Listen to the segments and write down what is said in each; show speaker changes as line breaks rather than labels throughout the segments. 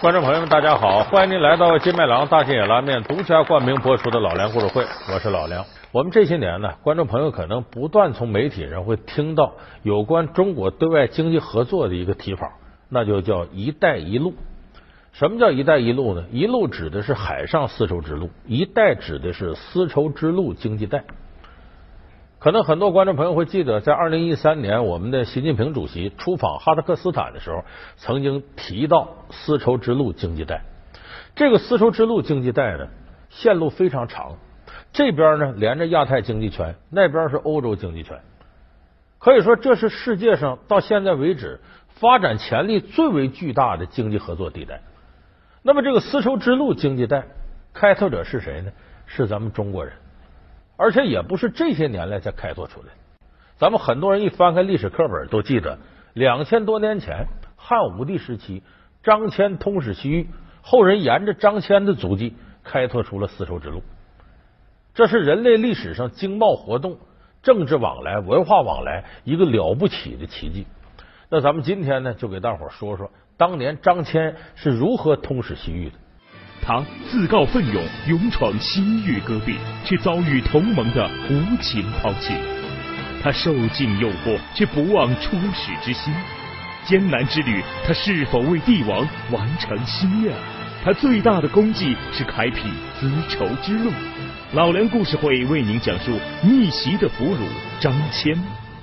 观众朋友们，大家好，欢迎您来到金麦郎大金野拉面独家冠名播出的老梁故事会，我是老梁。我们这些年呢，观众朋友可能不断从媒体上会听到有关中国对外经济合作的一个提法，那就叫“一带一路”。什么叫“一带一路”呢？一路指的是海上丝绸之路，一带指的是丝绸之路经济带。可能很多观众朋友会记得，在2013年，我们的习近平主席出访哈萨克斯坦的时候，曾经提到丝绸之路经济带。这个丝绸之路经济带呢，线路非常长，这边呢连着亚太经济圈，那边是欧洲经济圈，可以说这是世界上到现在为止发展潜力最为巨大的经济合作地带。那么这个丝绸之路经济带开拓者是谁呢？是咱们中国人。而且也不是这些年来才开拓出来，咱们很多人一翻开历史课本都记得，2000多年前汉武帝时期，张骞通使西域，后人沿着张骞的足迹开拓出了丝绸之路。这是人类历史上经贸活动、政治往来、文化往来一个了不起的奇迹。那咱们今天呢，就给大伙说说当年张骞是如何通使西域的。
他自告奋勇勇闯西域戈壁，却遭遇同盟的无情抛弃。他受尽诱惑，却不忘初始之心。艰难之旅，他是否为帝王完成心愿？他最大的功绩是开辟丝绸之路。老梁故事会为您讲述逆袭的俘虏张骞。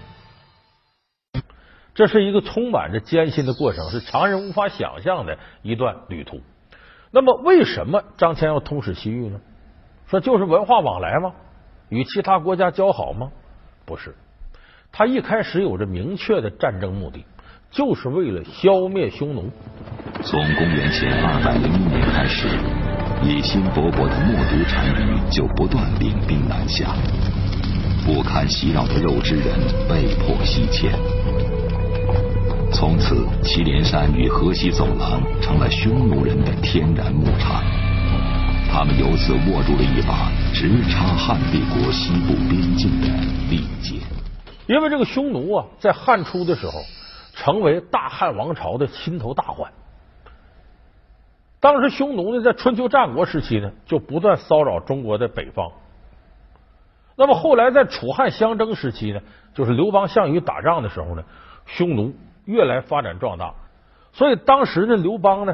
这是一个充满着艰辛的过程，是常人无法想象的一段旅途。那么为什么张骞要通使西域呢？说就是文化往来吗？与其他国家交好吗？不是，他一开始有着明确的战争目的，就是为了消灭匈奴。
从公元前201年开始，野心勃勃的冒顿单于就不断领兵南下，不堪袭扰的肉之人被迫西迁。从此，祁连山与河西走廊成了匈奴人的天然牧场，他们由此握住了一把直插汉帝国西部边境的利剑。
因为这个匈奴啊，在汉初的时候成为大汉王朝的心头大患。当时匈奴呢，在春秋战国时期呢，就不断骚扰中国的北方。那么后来在楚汉相争时期呢，就是刘邦、项羽打仗的时候呢，匈奴越来发展壮大，所以当时呢，刘邦呢